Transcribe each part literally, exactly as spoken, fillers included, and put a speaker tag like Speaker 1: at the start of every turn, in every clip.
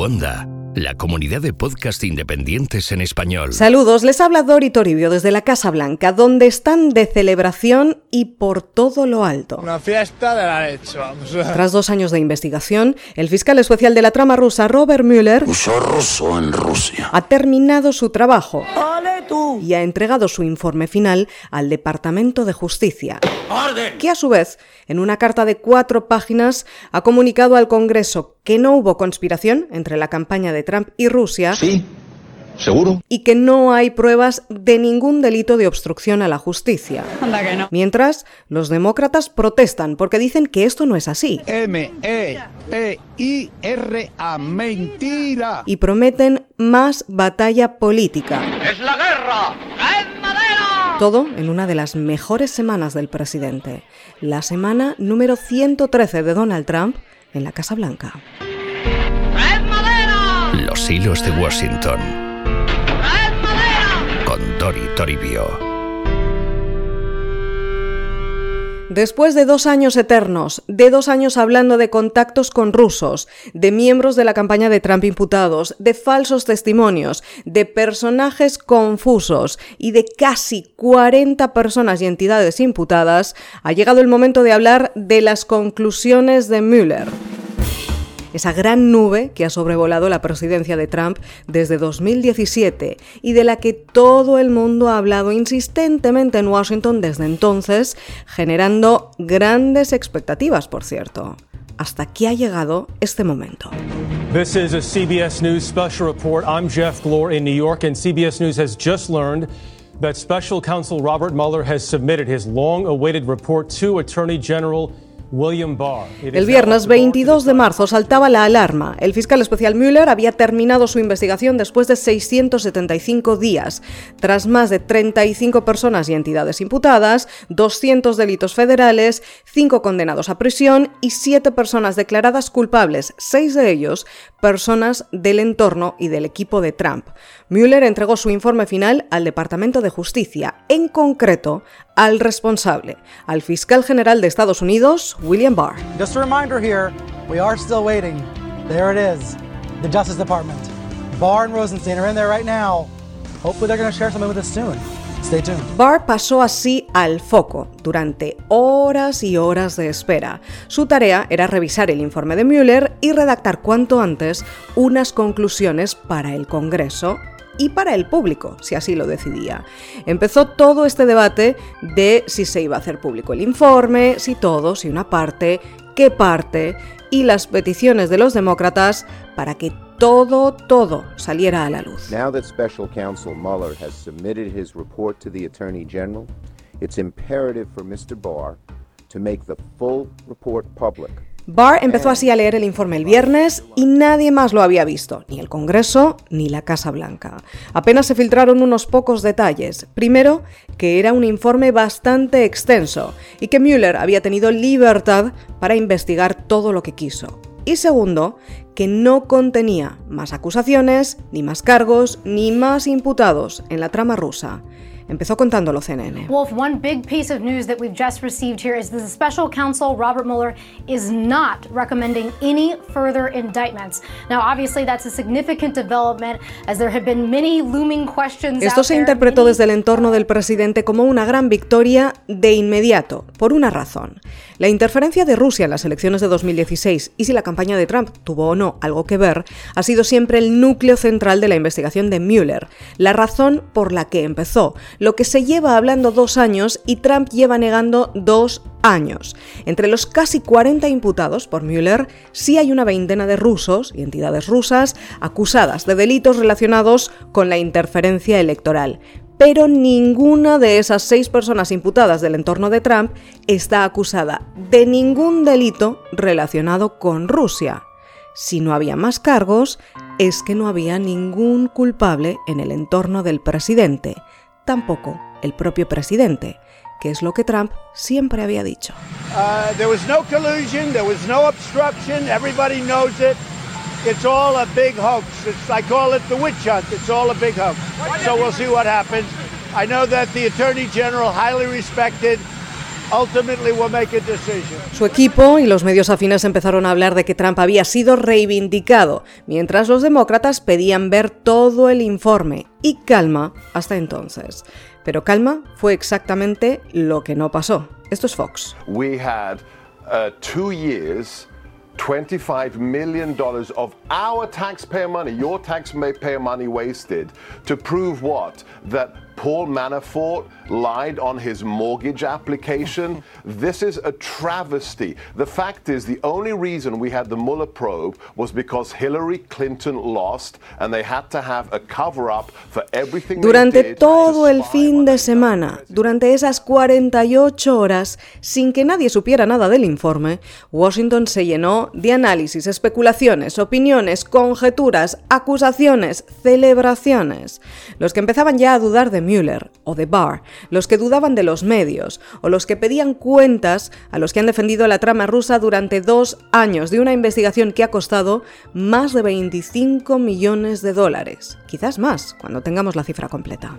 Speaker 1: Onda, la comunidad de podcast independientes en español.
Speaker 2: Saludos, les habla Dori Toribio desde la Casa Blanca, donde están de celebración y por todo lo alto.
Speaker 3: Una fiesta de la leche, vamos.
Speaker 2: Tras dos años de investigación, el fiscal especial de la trama rusa, Robert Mueller,
Speaker 4: ruso en Rusia,
Speaker 2: ha terminado su trabajo
Speaker 5: ¡Ole tú!
Speaker 2: y ha entregado su informe final al Departamento de Justicia,
Speaker 4: ¡Orden!
Speaker 2: que a su vez, en una carta de cuatro páginas, ha comunicado al Congreso que no hubo conspiración entre la campaña de Trump y Rusia.
Speaker 4: Sí, ¿seguro?
Speaker 2: Y que no hay pruebas de ningún delito de obstrucción a la justicia.
Speaker 5: Anda que no.
Speaker 2: Mientras, los demócratas protestan porque dicen que esto no es así.
Speaker 3: M E P I R A, mentira.
Speaker 2: Y prometen más batalla política.
Speaker 4: ¡Es la guerra! ¡Caed madera!
Speaker 2: Todo en una de las mejores semanas del presidente. La semana número ciento trece de Donald Trump en la Casa Blanca.
Speaker 4: ¡Caed madera!
Speaker 1: Los hilos de Washington.
Speaker 4: ¡Caed madera!
Speaker 1: Con Dori Toribio.
Speaker 2: Después de dos años eternos, de dos años hablando de contactos con rusos, de miembros de la campaña de Trump imputados, de falsos testimonios, de personajes confusos y de casi cuarenta personas y entidades imputadas, ha llegado el momento de hablar de las conclusiones de Mueller. Esa gran nube que ha sobrevolado la presidencia de Trump desde dos mil diecisiete y de la que todo el mundo ha hablado insistentemente en Washington desde entonces, generando grandes expectativas, por cierto. Hasta aquí ha llegado este momento.
Speaker 6: This is a C B S News special report. I'm Jeff Glor in New York, and C B S News has just learned that Special Counsel Robert Mueller has submitted his long-awaited report to Attorney General William Barr.
Speaker 2: El viernes veintidós de marzo saltaba la alarma. El fiscal especial Mueller había terminado su investigación después de seiscientos setenta y cinco días. Tras más de treinta y cinco personas y entidades imputadas, doscientos delitos federales, cinco condenados a prisión y siete personas declaradas culpables, seis de ellos personas del entorno y del equipo de Trump. Mueller entregó su informe final al Departamento de Justicia, en concreto al responsable, al fiscal general de Estados Unidos, William Barr.
Speaker 7: Just a reminder here, we are still waiting. There it is, the Justice Department. Barr and Rosenstein are in there right now. Hopefully they're going to share something with us soon. Stay tuned.
Speaker 2: Barr pasó así al foco durante horas y horas de espera. Su tarea era revisar el informe de Mueller y redactar cuanto antes unas conclusiones para el Congreso y para el público, si así lo decidía. Empezó todo este debate de si se iba a hacer público el informe, si todo, si una parte, qué parte, y las peticiones de los demócratas para que todo, todo saliera a la luz.
Speaker 8: Now that Special Counsel Mueller has submitted his report to the Attorney General, it's imperative for mister Barr to make the full report public.
Speaker 2: Barr empezó así a leer el informe el viernes y nadie más lo había visto, ni el Congreso ni la Casa Blanca. Apenas se filtraron unos pocos detalles. Primero, que era un informe bastante extenso y que Mueller había tenido libertad para investigar todo lo que quiso. Y segundo, que no contenía más acusaciones, ni más cargos, ni más imputados en la trama rusa. Empezó contándolo C N N.
Speaker 9: Wolf, one big piece of news that we've just received here is that the special counsel, Robert Mueller, is not recommending any further indictments. Now, obviously, that's a significant development, as there have been many looming questions.
Speaker 2: Esto se interpretó desde el entorno del presidente como una gran victoria de inmediato, por una razón. La interferencia de Rusia en las elecciones de dos mil dieciséis y si la campaña de Trump tuvo o no algo que ver, ha sido siempre el núcleo central de la investigación de Mueller, la razón por la que empezó, lo que se lleva hablando dos años y Trump lleva negando dos años. Entre los casi cuarenta imputados por Mueller, sí hay una veintena de rusos y entidades rusas acusadas de delitos relacionados con la interferencia electoral. Pero ninguna de esas seis personas imputadas del entorno de Trump está acusada de ningún delito relacionado con Rusia. Si no había más cargos, es que no había ningún culpable en el entorno del presidente, tampoco el propio presidente, que es lo que Trump siempre había dicho.
Speaker 3: Uh, there was no collusion, there was no obstruction, everybody knows it. It's all a big hoax. It's, I call it the witch hunt. It's all a big hoax. So we'll see what happens. I know that the Attorney General, highly respected, ultimately will make a decision.
Speaker 2: Su equipo y los medios afines empezaron a hablar de que Trump había sido reivindicado, mientras los demócratas pedían ver todo el informe y calma hasta entonces. Pero calma fue exactamente lo que no pasó. Esto es Fox.
Speaker 5: We had uh, two years, twenty-five million dollars of our taxpayer money, your taxpayer money wasted, to prove what? That Paul Manafort lied on his mortgage application. This is a travesty. The fact is, the only reason we had the Mueller probe was because Hillary Clinton lost and they had to have a cover-up for everything.
Speaker 2: Durante todo el fin de semana, durante esas cuarenta y ocho horas, sin que nadie supiera nada del informe, Washington se llenó de análisis, especulaciones, opiniones, conjeturas, acusaciones, celebraciones. Los que empezaban ya a dudar de Mueller o de Barr, los que dudaban de los medios o los que pedían cuentas a los que han defendido la trama rusa durante dos años de una investigación que ha costado más de veinticinco millones de dólares. Quizás más, cuando tengamos la cifra completa.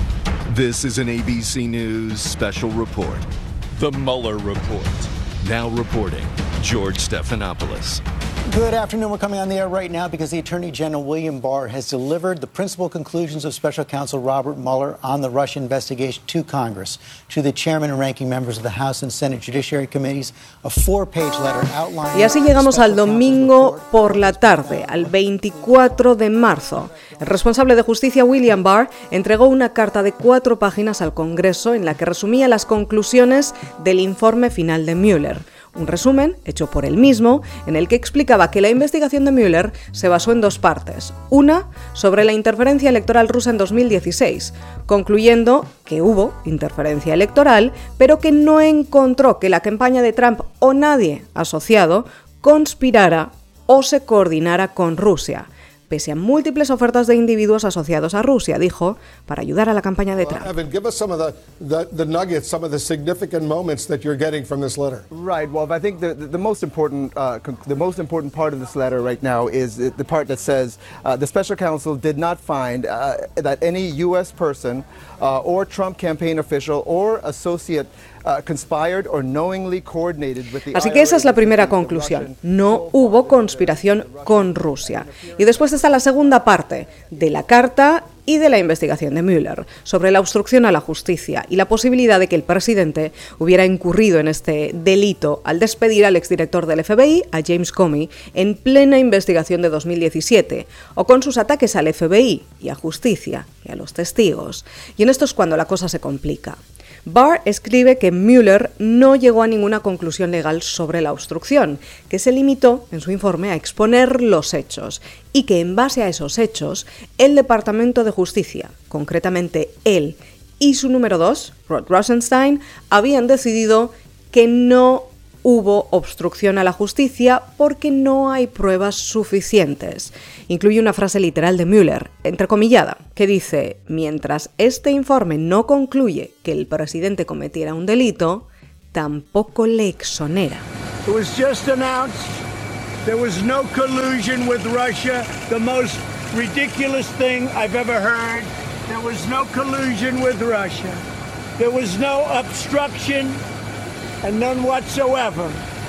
Speaker 10: This is an A B C News special report. The Mueller Report. Now reporting, George Stephanopoulos.
Speaker 11: Good afternoon. We're coming on the air right now because the Attorney General William Barr has delivered the principal conclusions of Special Counsel Robert Mueller on the Russia investigation to Congress, to the chairman and ranking members of the House and Senate Judiciary Committees, a four-page letter outlining...
Speaker 2: Y así llegamos al domingo por la tarde, al veinticuatro de marzo. El responsable de justicia, William Barr, entregó una carta de cuatro páginas al Congreso en la que resumía las conclusiones del informe final de Mueller. Un resumen, hecho por él mismo, en el que explicaba que la investigación de Mueller se basó en dos partes. Una, sobre la interferencia electoral rusa en dos mil dieciséis, concluyendo que hubo interferencia electoral, pero que no encontró que la campaña de Trump o nadie asociado conspirara o se coordinara con Rusia, pese a múltiples ofertas de individuos asociados a Rusia, dijo, para ayudar a la campaña de Trump.
Speaker 12: Evan, give us some of the, the, the nuggets, some of the significant moments that you're getting from this letter.
Speaker 13: Right. Well, I think the, the most important uh, the most important part of this letter right now is the part that says uh, the special counsel did not find uh, that any U S person uh, or Trump campaign official or associate Uh, conspired or knowingly coordinated with the
Speaker 2: Así que esa es la primera conclusión. No hubo conspiración con Rusia. Y después está la segunda parte de la carta y de la investigación de Mueller sobre la obstrucción a la justicia y la posibilidad de que el presidente hubiera incurrido en este delito al despedir al exdirector del F B I, a James Comey, en plena investigación de dos mil diecisiete, o con sus ataques al F B I y a justicia y a los testigos. Y en esto es cuando la cosa se complica. Barr escribe que Mueller no llegó a ninguna conclusión legal sobre la obstrucción, que se limitó en su informe a exponer los hechos y que en base a esos hechos el Departamento de Justicia, concretamente él y su número dos, Rod Rosenstein, habían decidido que no hubo obstrucción a la justicia porque no hay pruebas suficientes. Incluye una frase literal de Mueller, entrecomillada, que dice: mientras este informe no concluye que el presidente cometiera un delito, tampoco le exonera.
Speaker 3: It was just announced there was no collusion with Russia, the most ridiculous thing I've ever heard. There was no collusion with Russia. There was no obstruction and none whatsoever.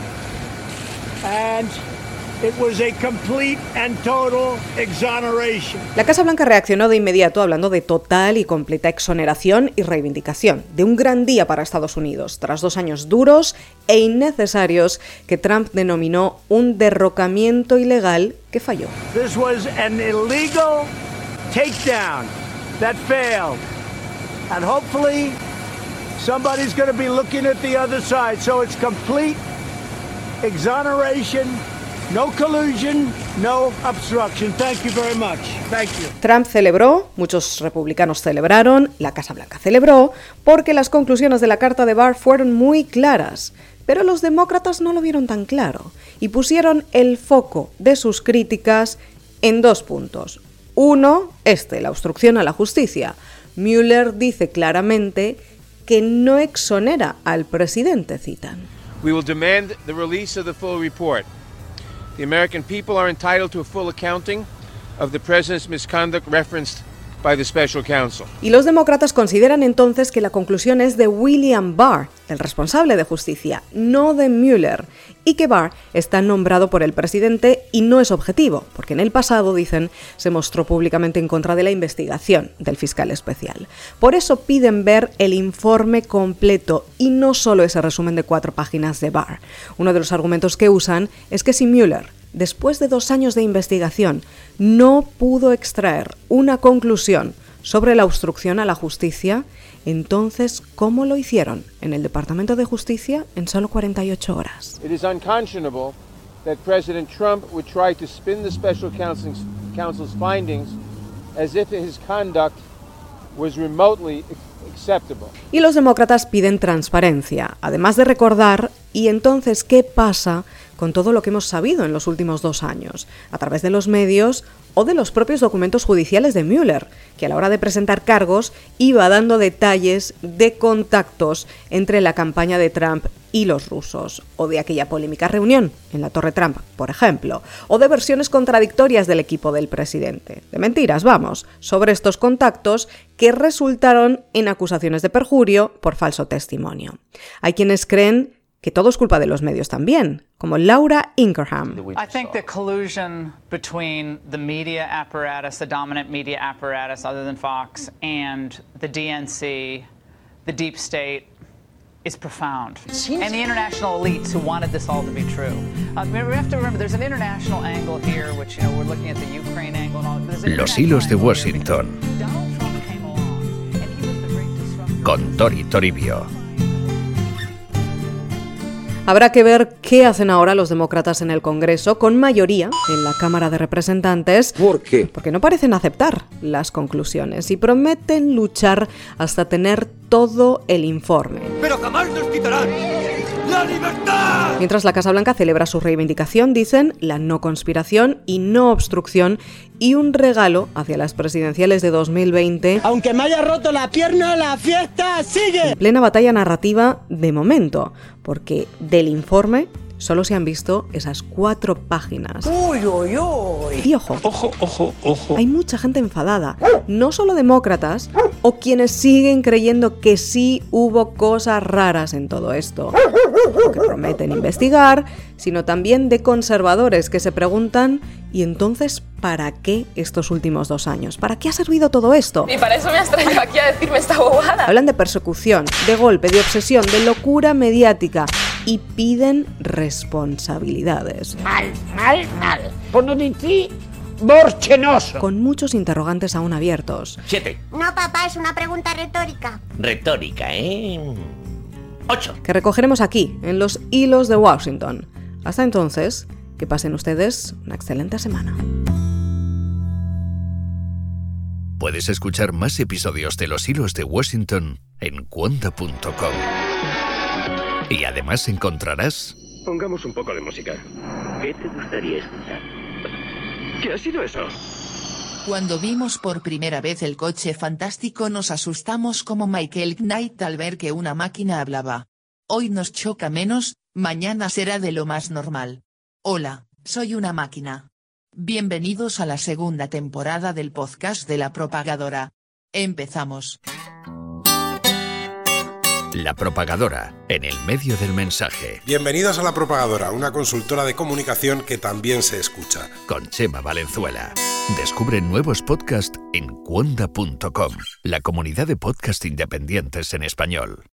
Speaker 3: And it was a complete and total exoneration.
Speaker 2: La Casa Blanca reaccionó de inmediato hablando de total y completa exoneración y reivindicación, de un gran día para Estados Unidos, tras dos años duros e innecesarios que Trump denominó un derrocamiento ilegal que falló.
Speaker 3: This was an illegal takedown that failed. And hopefully somebody's going to be looking at the other side. So it's complete exoneration, no collusion, no obstruction. Thank you very much. Thank you.
Speaker 2: Trump celebró, muchos republicanos celebraron, la Casa Blanca celebró, porque las conclusiones de la carta de Barr fueron muy claras. Pero los demócratas no lo vieron tan claro y pusieron el foco de sus críticas en dos puntos. Uno, este, la obstrucción a la justicia. Mueller dice claramente que no exonera al presidente, citan.
Speaker 14: We will demand the release of the full report. The American people are entitled to a full accounting of the president's misconduct referenced by the special counsel.
Speaker 2: Y los demócratas consideran entonces que la conclusión es de William Barr, el responsable de justicia, no de Mueller, y que Barr está nombrado por el presidente y no es objetivo, porque en el pasado, dicen, se mostró públicamente en contra de la investigación del fiscal especial. Por eso piden ver el informe completo y no solo ese resumen de cuatro páginas de Barr. Uno de los argumentos que usan es que si Mueller, después de dos años de investigación, no pudo extraer una conclusión sobre la obstrucción a la justicia, entonces, ¿cómo lo hicieron en el Departamento de Justicia en solo cuarenta y ocho horas?
Speaker 14: It is unconscionable that President Trump would try to spin the special counsel's, counsel's findings as if his conduct was remotely acceptable.
Speaker 2: Y los demócratas piden transparencia, además de recordar, ¿y entonces qué pasa con todo lo que hemos sabido en los últimos dos años, a través de los medios o de los propios documentos judiciales de Mueller, que a la hora de presentar cargos iba dando detalles de contactos entre la campaña de Trump y los rusos, o de aquella polémica reunión en la Torre Trump, por ejemplo, o de versiones contradictorias del equipo del presidente, de mentiras, vamos, sobre estos contactos que resultaron en acusaciones de perjurio por falso testimonio. Hay quienes creen que todo es culpa de los medios también, como Laura Ingraham.
Speaker 15: I think the collusion between the media apparatus, the dominant media apparatus other than Fox, and the D N C, the deep state, is profound. And the international elites who wanted this all to be true. Uh, we have to remember there's an international angle here, which, you know, we're looking at the Ukraine angle and all.
Speaker 1: Los hilos de Washington. Con Tori Toribio.
Speaker 2: Habrá que ver qué hacen ahora los demócratas en el Congreso, con mayoría en la Cámara de Representantes.
Speaker 16: ¿Por qué?
Speaker 2: Porque no parecen aceptar las conclusiones y prometen luchar hasta tener todo el informe.
Speaker 16: ¡Pero jamás nos quitarán la libertad!
Speaker 2: Mientras la Casa Blanca celebra su reivindicación, dicen, la no conspiración y no obstrucción, y un regalo hacia las presidenciales de dos mil veinte.
Speaker 17: Aunque me haya roto la pierna, la fiesta sigue.
Speaker 2: En plena batalla narrativa de momento, porque del informe solo se han visto esas cuatro páginas.
Speaker 17: Uy, uy, uy.
Speaker 2: Y ojo,
Speaker 16: ojo, ojo, ojo.
Speaker 2: Hay mucha gente enfadada, no solo demócratas o quienes siguen creyendo que sí hubo cosas raras en todo esto, o que prometen investigar, sino también de conservadores que se preguntan, ¿y entonces para qué estos últimos dos años? ¿Para qué ha servido todo esto?
Speaker 18: Y para eso me has traído aquí a decirme esta bobada.
Speaker 2: Hablan de persecución, de golpe, de obsesión, de locura mediática y piden responsabilidades.
Speaker 19: Mal, mal, mal. Por no decir borchenoso.
Speaker 2: Con muchos interrogantes aún abiertos.
Speaker 20: Siete.
Speaker 21: No, papá, es una pregunta retórica.
Speaker 20: Retórica, ¿eh? Ocho.
Speaker 2: Que recogeremos aquí, en los hilos de Washington. Hasta entonces, que pasen ustedes una excelente semana.
Speaker 1: Puedes escuchar más episodios de Los Hilos de Washington en cuonda punto com. Y además encontrarás...
Speaker 22: Pongamos un poco de música. ¿Qué te gustaría escuchar? ¿Qué ha sido eso?
Speaker 23: Cuando vimos por primera vez el coche fantástico nos asustamos como Michael Knight al ver que una máquina hablaba. Hoy nos choca menos, mañana será de lo más normal. Hola, soy una máquina. Bienvenidos a la segunda temporada del podcast de La Propagadora. Empezamos.
Speaker 1: La Propagadora, en el medio del mensaje.
Speaker 24: Bienvenidos a La Propagadora, una consultora de comunicación que también se escucha.
Speaker 1: Con Chema Valenzuela. Descubre nuevos podcasts en cuonda punto com, la comunidad de podcast independientes en español.